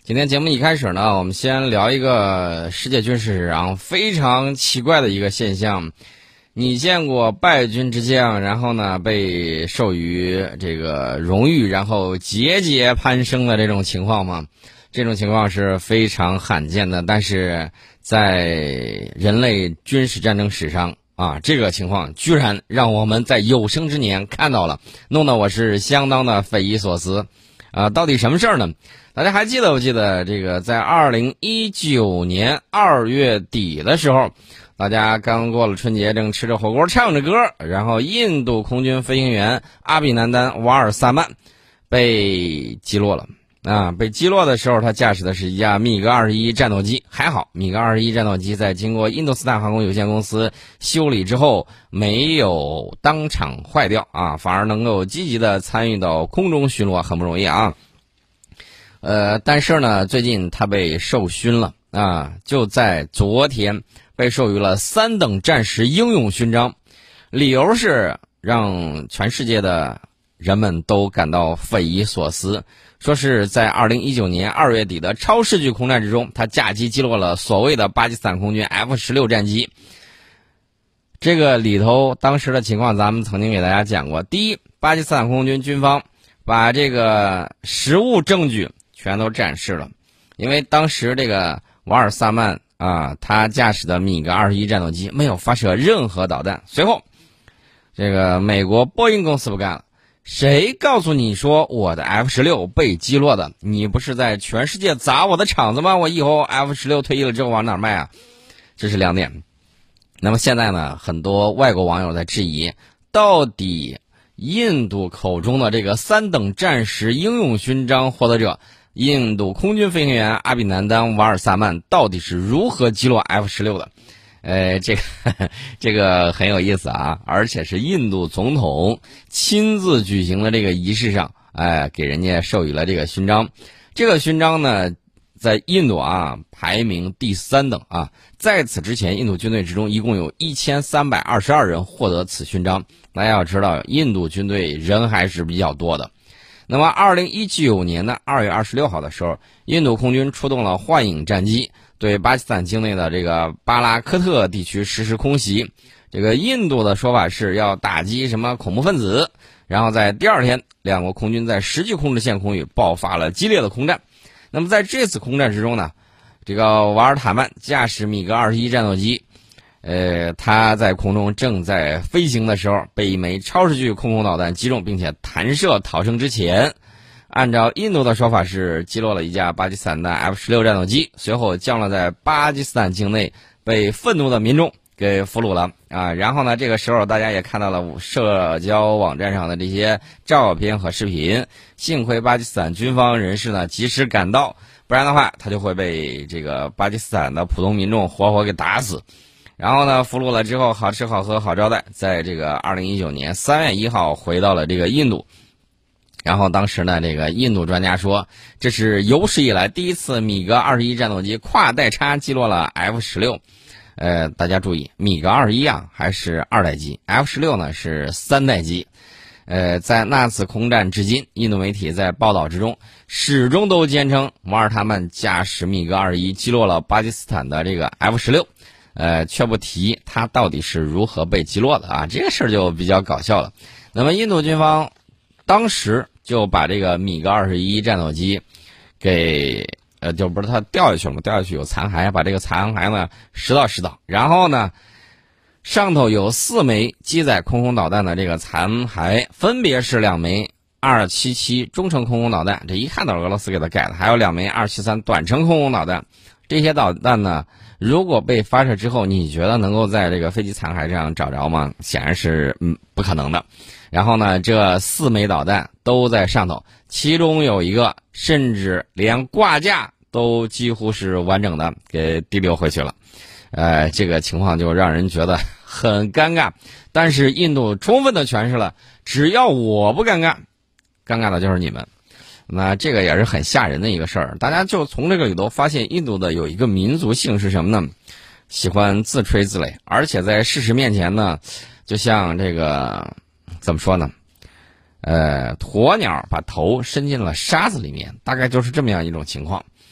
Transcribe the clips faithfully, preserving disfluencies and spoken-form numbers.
今天节目一开始呢，我们先聊一个世界军事史上非常奇怪的一个现象。你见过败军之将，然后呢被授予这个荣誉，然后节节攀升的这种情况吗？这种情况是非常罕见的，但是在人类军事战争史上啊，这个情况居然让我们在有生之年看到了，弄得我是相当的匪夷所思。啊，到底什么事儿呢？大家还记得不记得这个在二零一九年二月底的时候，大家刚过了春节，正吃着火锅唱着歌，然后印度空军飞行员阿比南丹瓦尔萨曼被击落了。啊，被击落的时候，他驾驶的是一架米格二十一战斗机，还好，米格二十一战斗机在经过印度斯坦航空有限公司修理之后，没有当场坏掉啊，反而能够积极的参与到空中巡逻，很不容易啊。呃，但是呢，最近他被授勋了啊，就在昨天被授予了三等战时英勇勋章，理由是让全世界的人们都感到匪夷所思。说是在二零一九年二月底的超视距空战之中，他驾机击落了所谓的巴基斯坦空军 F 十六 战机。这个里头当时的情况咱们曾经给大家讲过。第一，巴基斯坦空军军方把这个实物证据全都展示了，因为当时这个瓦尔萨曼啊，他驾驶的米格二十一战斗机没有发射任何导弹。随后，这个美国波音公司不干了。谁告诉你说我的 F 十六 被击落的？你不是在全世界砸我的场子吗？我以后 F 十六 退役了之后往哪儿卖啊？这是两点。那么现在呢，很多外国网友在质疑，到底印度口中的这个三等战时英勇勋章获得者印度空军飞行员阿比南丹瓦尔萨曼到底是如何击落 F 十六 的？呃，这个这个很有意思啊，而且是印度总统亲自举行的这个仪式上，哎，给人家授予了这个勋章。这个勋章呢，在印度啊排名第三等啊。在此之前，印度军队之中一共有一千三百二十二人获得此勋章。大家要知道，印度军队人还是比较多的。那么，二零一九年的二月二十六号的时候，印度空军出动了幻影战机，对巴基斯坦境内的这个巴拉科特地区实施空袭。这个印度的说法是要打击什么恐怖分子，然后在第二天，两国空军在实际控制线空域爆发了激烈的空战。那么在这次空战之中呢，这个瓦尔塔曼驾驶米格二十一战斗机，呃，他在空中正在飞行的时候，被一枚超视距空空导弹击中，并且弹射逃生之前，按照印度的说法是击落了一架巴基斯坦的 F 十六 战斗机，随后降落在巴基斯坦境内，被愤怒的民众给俘虏了啊。然后呢，这个时候大家也看到了社交网站上的这些照片和视频，幸亏巴基斯坦军方人士呢及时赶到，不然的话他就会被这个巴基斯坦的普通民众活活给打死。然后呢，俘虏了之后，好吃好喝好招待，在这个二零一九年三月一号回到了这个印度。然后当时呢，这个印度专家说，这是有史以来第一次米格二十一战斗机跨代差击落了 F 十六。呃，大家注意，米格二十一啊还是二代机 ，F 十六呢是三代机。呃，在那次空战至今，印度媒体在报道之中始终都坚称瓦尔塔曼驾驶米格二十一击落了巴基斯坦的这个 F 十六。呃，却不提他到底是如何被击落的啊，这个事儿就比较搞笑了。那么印度军方当时就把这个米格二十一战斗机给呃，就不是他掉下去了吗？掉下去有残骸，把这个残骸呢拾到拾到，然后呢，上头有四枚机载空空导弹的这个残骸，分别是两枚二七七中程空空导弹，这一看到俄罗斯给他改的，还有两枚二七三短程空空导弹。这些导弹呢，如果被发射之后，你觉得能够在这个飞机残骸上找着吗？显然是嗯不可能的。然后呢，这四枚导弹都在上头，其中有一个甚至连挂架都几乎是完整的给提溜回去了。呃，这个情况就让人觉得很尴尬。但是印度充分的诠释了，只要我不尴尬，尴尬的就是你们。那这个也是很吓人的一个事儿，大家就从这个里头发现，印度的有一个民族性是什么呢？喜欢自吹自擂，而且在事实面前呢，就像这个怎么说呢？呃，鸵鸟把头伸进了沙子里面，大概就是这么样一种情况。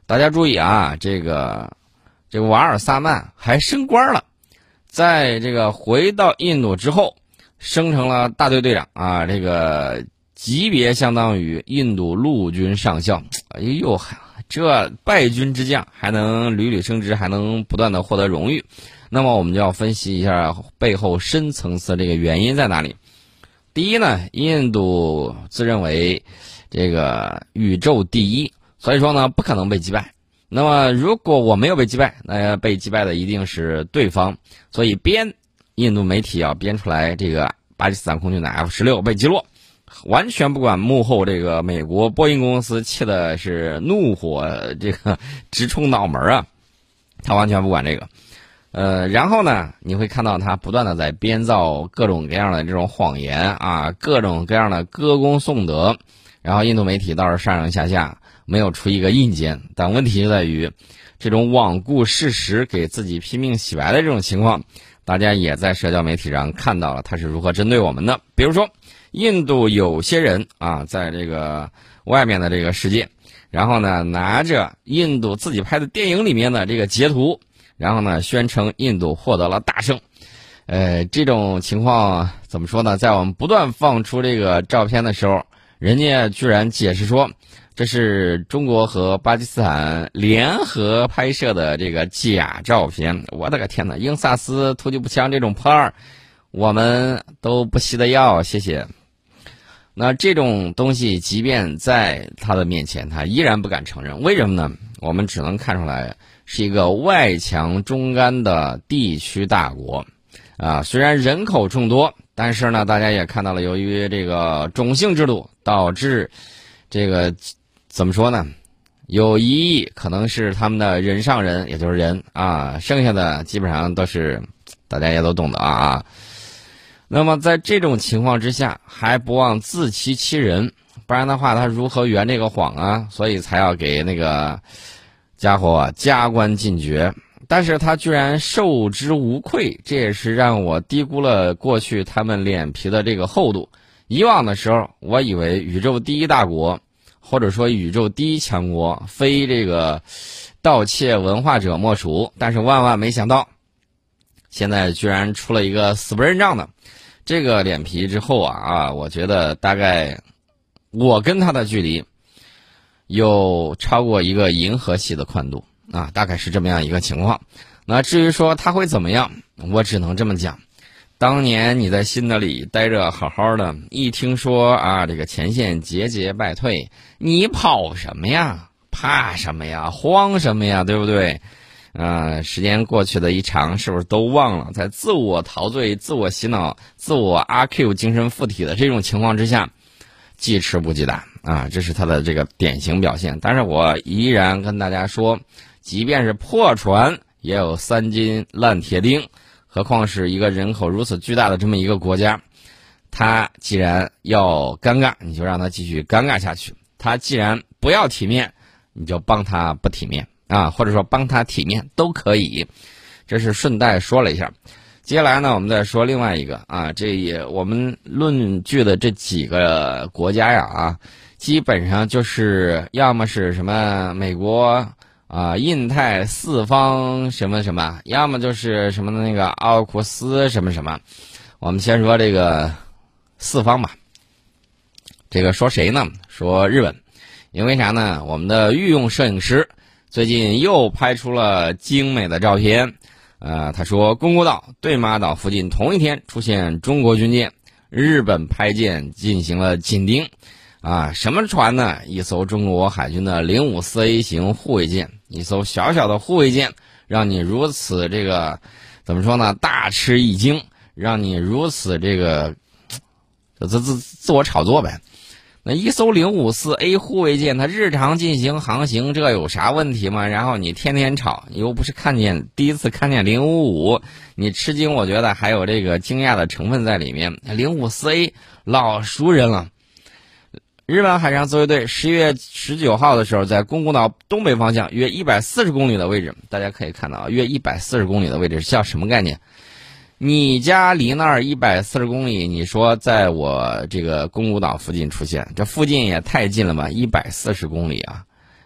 大家注意啊，这个这个瓦尔萨曼还升官了，在这个回到印度之后，升成了大队队长啊，这个级别相当于印度陆军上校。哎呦，这败军之将还能屡屡升职，还能不断的获得荣誉。那么我们就要分析一下背后深层次这个原因在哪里。第一呢，印度自认为这个宇宙第一，所以说呢不可能被击败。那么如果我没有被击败，那被击败的一定是对方，所以编印度媒体要编出来这个巴基斯坦空军的 F 十六 被击落，完全不管幕后这个美国波音公司气的是怒火这个直冲脑门啊，他完全不管这个。呃，然后呢，你会看到他不断的在编造各种各样的这种谎言啊，各种各样的歌功颂德，然后印度媒体倒是上上下下没有出一个印奸，但问题就在于这种罔顾事实给自己拼命洗白的这种情况，大家也在社交媒体上看到了他是如何针对我们的。比如说印度有些人啊，在这个外面的这个世界，然后呢拿着印度自己拍的电影里面的这个截图，然后呢宣称印度获得了大胜。呃，这种情况怎么说呢，在我们不断放出这个照片的时候，人家居然解释说这是中国和巴基斯坦联合拍摄的这个假照片。我的个天哪，英萨斯突击步枪这种破二我们都不惜的要，谢谢。那这种东西即便在他的面前他依然不敢承认，为什么呢？我们只能看出来是一个外强中干的地区大国啊，虽然人口众多，但是呢大家也看到了，由于这个种姓制度导致这个怎么说呢，有一亿可能是他们的人上人，也就是人啊，剩下的基本上都是大家也都懂得啊。那么在这种情况之下还不忘自欺欺人，不然的话他如何圆这个谎啊？所以才要给那个家伙啊加官进爵，但是他居然受之无愧，这也是让我低估了过去他们脸皮的这个厚度。以往的时候我以为宇宙第一大国或者说宇宙第一强国非这个盗窃文化者莫属，但是万万没想到现在居然出了一个死不认账的。这个脸皮之后啊啊，我觉得大概我跟他的距离有超过一个银河系的宽度啊，大概是这么样一个情况。那至于说他会怎么样，我只能这么讲，当年你在新德里待着好好的，一听说啊这个前线节节败退，你跑什么呀，怕什么呀，慌什么呀，对不对？呃，时间过去的一长，是不是都忘了在自我陶醉、自我洗脑、自我阿 Q 精神附体的这种情况之下，记吃不记打啊，这是他的这个典型表现。但是我依然跟大家说，即便是破船也有三斤烂铁钉，何况是一个人口如此巨大的这么一个国家，他既然要尴尬，你就让他继续尴尬下去；他既然不要体面，你就帮他不体面啊，或者说帮他体面都可以。这是顺带说了一下。接下来呢，我们再说另外一个啊，这也我们论据的这几个国家呀啊，基本上就是要么是什么美国啊、印太四方什么什么，要么就是什么那个奥库斯什么什么。我们先说这个四方吧。这个说谁呢？说日本。因为啥呢？我们的御用摄影师最近又拍出了精美的照片。呃，他说宫古岛、对马岛附近同一天出现中国军舰，日本派舰进行了紧盯。啊，什么船呢？一艘中国海军的零五四 A 型护卫舰，一艘小小的护卫舰，让你如此这个怎么说呢？大吃一惊，让你如此这个自自自我炒作呗。那一艘零五四 A 护卫舰，它日常进行航行，这有啥问题吗？然后你天天炒，你又不是看见第一次看见零五五，你吃惊，我觉得还有这个惊讶的成分在里面。零五四 A 老熟人了。日本海上自卫队十月十九号的时候，在宫古岛东北方向约一百四十公里的位置，大家可以看到啊，约一百四十公里的位置是叫什么概念？你家离那儿一百四十公里，你说在我这个宫古岛附近出现，这附近也太近了吧？一百四十公里啊！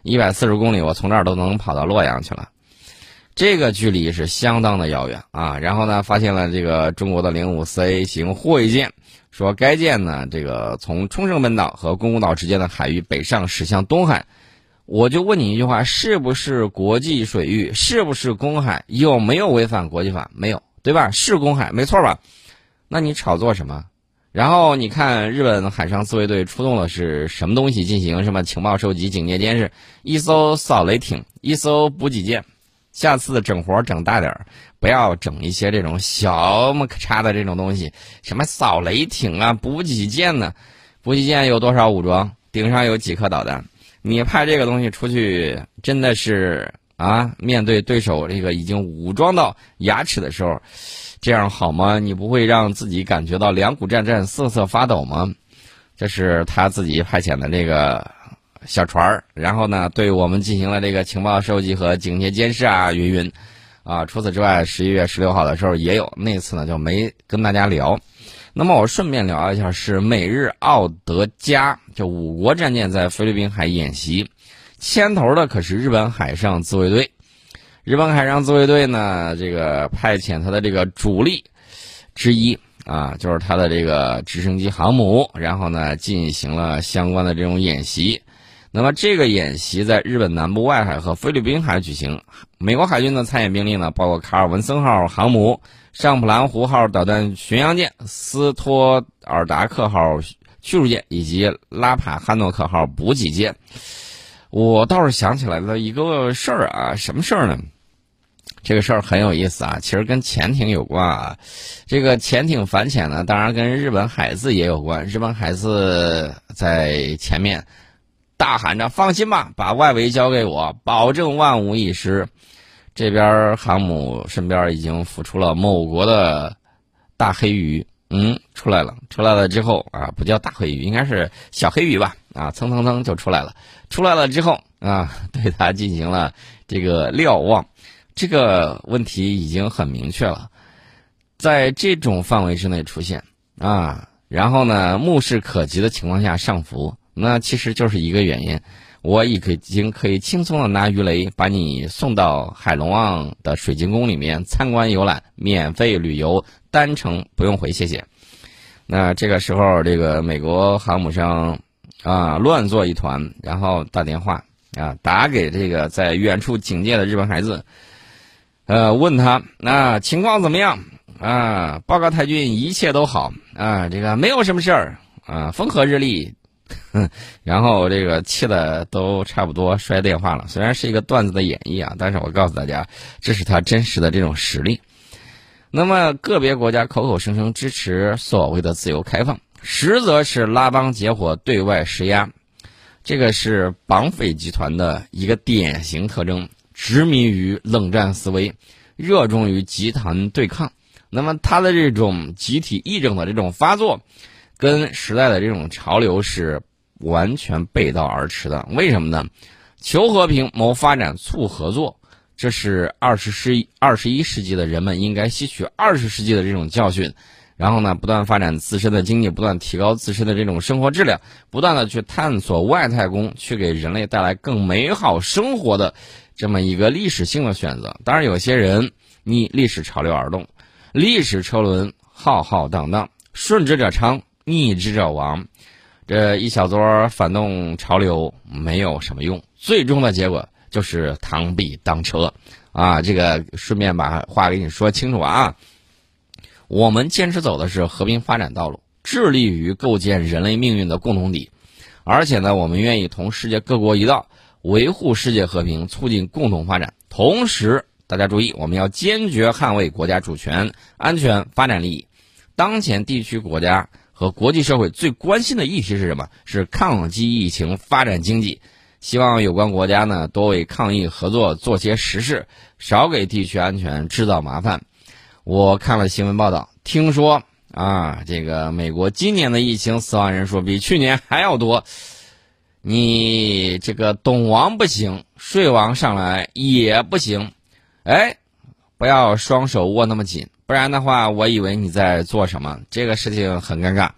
一百四十公里，我从这儿都能跑到洛阳去了。这个距离是相当的遥远啊。然后呢，发现了这个中国的零五四 A 型护卫舰，说该舰呢，这个从冲绳本岛和宫古岛之间的海域北上驶向东海。我就问你一句话，是不是国际水域？是不是公海？有没有违反国际法？没有，对吧？是公海，没错吧？那你炒作什么？然后你看日本海上自卫队出动的是什么东西进行什么情报收集、警戒监视？一艘扫雷艇，一艘补给舰。下次整活整大点儿，不要整一些这种小么可差的这种东西，什么扫雷艇啊、补给舰呢？补给舰有多少武装？顶上有几颗导弹？你派这个东西出去，真的是啊，面对对手这个已经武装到牙齿的时候，这样好吗？你不会让自己感觉到两股战战、瑟瑟发抖吗？这是他自己派遣的这个小船儿，然后呢，对我们进行了这个情报收集和警戒监视啊，云云。啊，除此之外，十一月十六号的时候也有，那次呢就没跟大家聊。那么我顺便聊一下，是美日奥德加这五国战舰在菲律宾海演习，牵头的可是日本海上自卫队。日本海上自卫队呢，这个派遣他的这个主力之一啊，就是他的这个直升机航母，然后呢进行了相关的这种演习。那么这个演习在日本南部外海和菲律宾海举行。美国海军的参演兵力呢，包括卡尔文森号航母、上普兰湖号导弹巡洋舰、斯托尔达克号驱逐舰以及拉帕汉诺克号补给舰。我倒是想起来了一个事儿啊，什么事儿呢？这个事儿很有意思啊，其实跟潜艇有关啊。这个潜艇反潜呢，当然跟日本海自也有关。日本海自在前面大喊着放心吧，把外围交给我，保证万无一失。这边航母身边已经浮出了某国的大黑鱼，嗯，出来了，出来了之后啊，不叫大黑鱼，应该是小黑鱼吧，啊，蹭蹭蹭就出来了，出来了之后啊，对它进行了这个瞭望。这个问题已经很明确了，在这种范围之内出现啊，然后呢，目视可及的情况下上浮。那其实就是一个原因，我已经可以轻松的拿鱼雷把你送到海龙王的水晶宫里面参观游览，免费旅游，单程不用回，谢谢。那这个时候，这个美国航母上啊乱作一团，然后打电话啊打给这个在远处警戒的日本海自，呃问他那、啊、情况怎么样啊？报告太君，一切都好啊，这个没有什么事儿啊，风和日丽。然后这个气的都差不多摔电话了，虽然是一个段子的演绎啊，但是我告诉大家，这是他真实的这种实力。那么个别国家口口声声支持所谓的自由开放，实则是拉帮结伙对外施压，这个是绑匪集团的一个典型特征，执迷于冷战思维，热衷于集团对抗。那么他的这种集体议政的这种发作，跟时代的这种潮流是完全背道而驰的。为什么呢？求和平、谋发展、促合作，这是二十世二十一世纪的人们应该吸取二十世纪的这种教训，然后呢，不断发展自身的经济，不断提高自身的这种生活质量，不断的去探索外太空，去给人类带来更美好生活的这么一个历史性的选择。当然，有些人逆历史潮流而动，历史车轮浩浩荡荡，顺之者昌，逆之者亡。这一小撮反动潮流没有什么用，最终的结果就是螳臂当车啊！这个顺便把话给你说清楚啊。我们坚持走的是和平发展道路，致力于构建人类命运的共同体，而且呢，我们愿意同世界各国一道维护世界和平，促进共同发展。同时，大家注意，我们要坚决捍卫国家主权、安全、发展利益。当前地区国家和国际社会最关心的议题是什么？是抗击疫情、发展经济。希望有关国家呢多为抗疫合作做些实事，少给地区安全制造麻烦。我看了新闻报道，听说啊，这个美国今年的疫情死亡人数比去年还要多。你这个懂王不行，税王上来也不行。哎，不要双手握那么紧，不然的话，我以为你在做什么，这个事情很尴尬。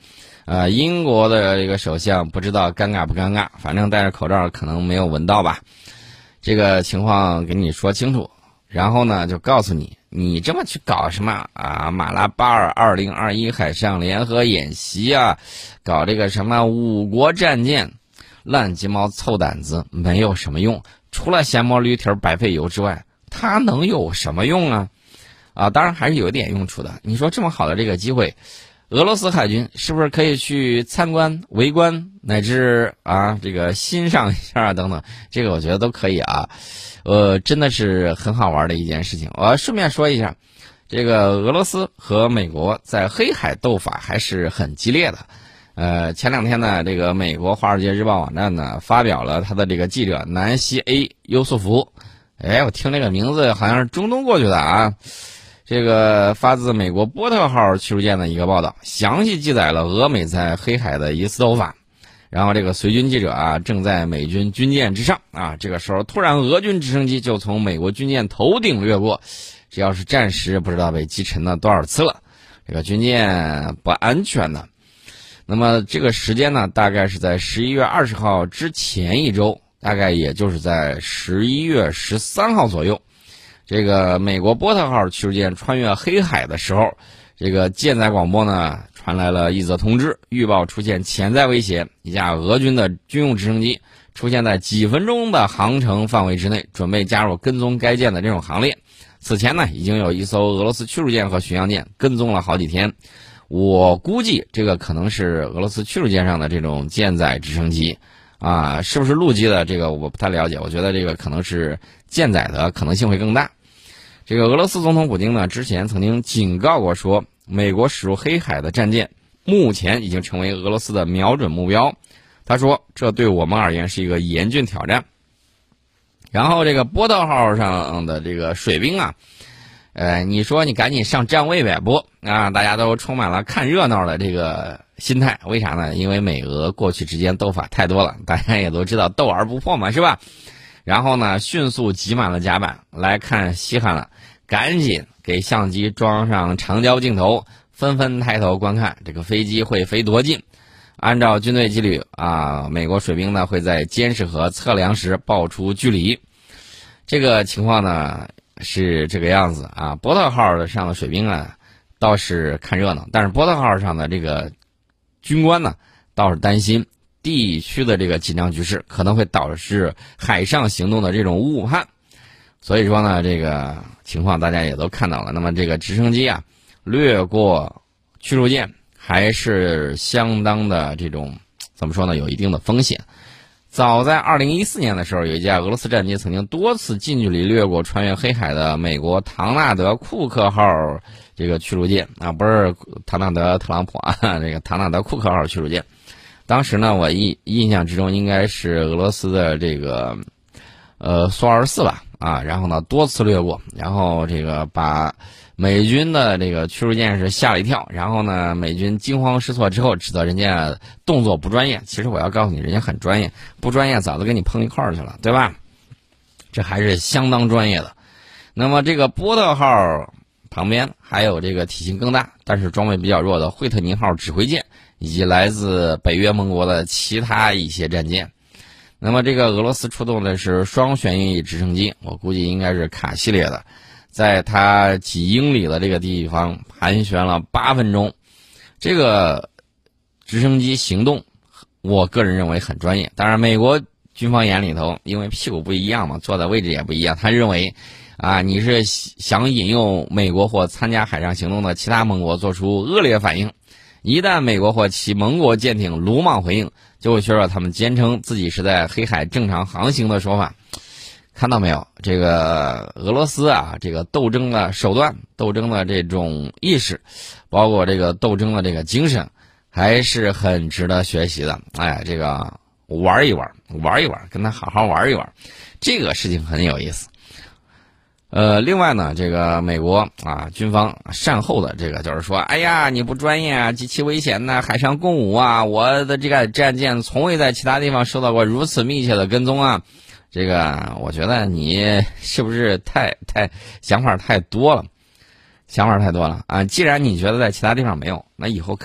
呃，英国的这个首相不知道尴尬不尴尬，反正戴着口罩可能没有闻到吧。这个情况给你说清楚，然后呢就告诉你，你这么去搞什么啊？马拉巴尔二零二一海上联合演习啊，搞这个什么五国战舰，烂鸡毛凑胆子，没有什么用，除了闲毛驴蹄白费油之外，它能有什么用啊？啊，当然还是有一点用处的。你说这么好的这个机会，俄罗斯海军是不是可以去参观、围观，乃至啊这个欣赏一下等等？这个我觉得都可以啊。呃，真的是很好玩的一件事情。我顺便说一下，这个俄罗斯和美国在黑海斗法还是很激烈的。呃，前两天呢，这个美国《华尔街日报》网站呢发表了他的这个记者南希 A 优素福，哎，我听这个名字好像是中东过去的啊。这个发自美国波特号驱逐舰的一个报道，详细记载了俄美在黑海的一次斗法。然后这个随军记者啊，正在美军军舰之上啊，这个时候突然俄军直升机就从美国军舰头顶掠过，这要是战时不知道被击沉了多少次了，这个军舰不安全的。那么这个时间呢，大概是在十一月二十号之前一周，大概也就是在十一月十三号左右。这个美国波特号驱逐舰穿越黑海的时候，这个舰载广播呢传来了一则通知，预报出现潜在威胁，一架俄军的军用直升机出现在几分钟的航程范围之内，准备加入跟踪该舰的这种行列。此前呢，已经有一艘俄罗斯驱逐舰和巡洋舰跟踪了好几天。我估计这个可能是俄罗斯驱逐舰上的这种舰载直升机啊，是不是陆基的这个我不太了解，我觉得这个可能是舰载的可能性会更大。这个俄罗斯总统普京呢，之前曾经警告过说，美国驶入黑海的战舰目前已经成为俄罗斯的瞄准目标。他说，这对我们而言是一个严峻挑战。然后这个波特号上的这个水兵啊，呃，你说你赶紧上站位呗？不啊，大家都充满了看热闹的这个心态。为啥呢？因为美俄过去之间斗法太多了，大家也都知道斗而不破嘛，是吧？然后呢，迅速挤满了甲板，来看稀罕了，赶紧给相机装上长焦镜头，纷纷抬头观看这个飞机会飞多近。按照军队纪律啊，美国水兵呢会在监视和测量时报出距离。这个情况呢是这个样子啊。波特号上的水兵啊倒是看热闹，但是波特号上的这个军官呢倒是担心地区的这个紧张局势可能会导致海上行动的这种误判。所以说呢，这个情况大家也都看到了。那么这个直升机啊掠过驱逐舰还是相当的这种怎么说呢，有一定的风险。早在二零一四年的时候，有一架俄罗斯战机曾经多次近距离掠过穿越黑海的美国唐纳德库克号这个驱逐舰啊，不是唐纳德特朗普啊，这个唐纳德库克号驱逐舰。当时呢，我印印象之中应该是俄罗斯的这个呃苏二十四吧啊，然后呢多次掠过，然后这个把美军的这个驱逐舰是吓了一跳，然后呢美军惊慌失措之后指责人家动作不专业。其实我要告诉你，人家很专业，不专业早都跟你碰一块儿去了，对吧？这还是相当专业的。那么这个波特号旁边还有这个体型更大但是装备比较弱的惠特尼号指挥舰，以及来自北约盟国的其他一些战舰。那么这个俄罗斯出动的是双旋翼直升机，我估计应该是卡系列的，在它几英里的这个地方盘旋了八分钟。这个直升机行动我个人认为很专业，当然美国军方眼里头因为屁股不一样嘛，坐的位置也不一样，他认为啊你是想引诱美国或参加海上行动的其他盟国做出恶劣反应，一旦美国或其盟国舰艇鲁莽回应，就会削弱他们坚称自己是在黑海正常航行的说法。看到没有，这个俄罗斯啊，这个斗争的手段，斗争的这种意识，包括这个斗争的这个精神，还是很值得学习的。哎，这个玩一玩，玩一玩，跟他好好玩一玩，这个事情很有意思。呃，另外呢，这个美国啊军方善后的这个就是说，哎呀，你不专业啊，极其危险呐、啊，海上共舞啊，我的这个战舰从未在其他地方受到过如此密切的跟踪啊。这个我觉得你是不是太太想法太多了，想法太多了啊！既然你觉得在其他地方没有，那以后可以有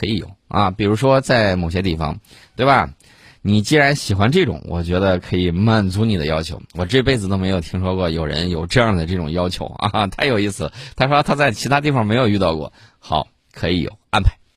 啊，比如说在某些地方，对吧？你既然喜欢这种，我觉得可以满足你的要求。我这辈子都没有听说过有人有这样的这种要求啊，太有意思了。他说他在其他地方没有遇到过，好，可以有安排。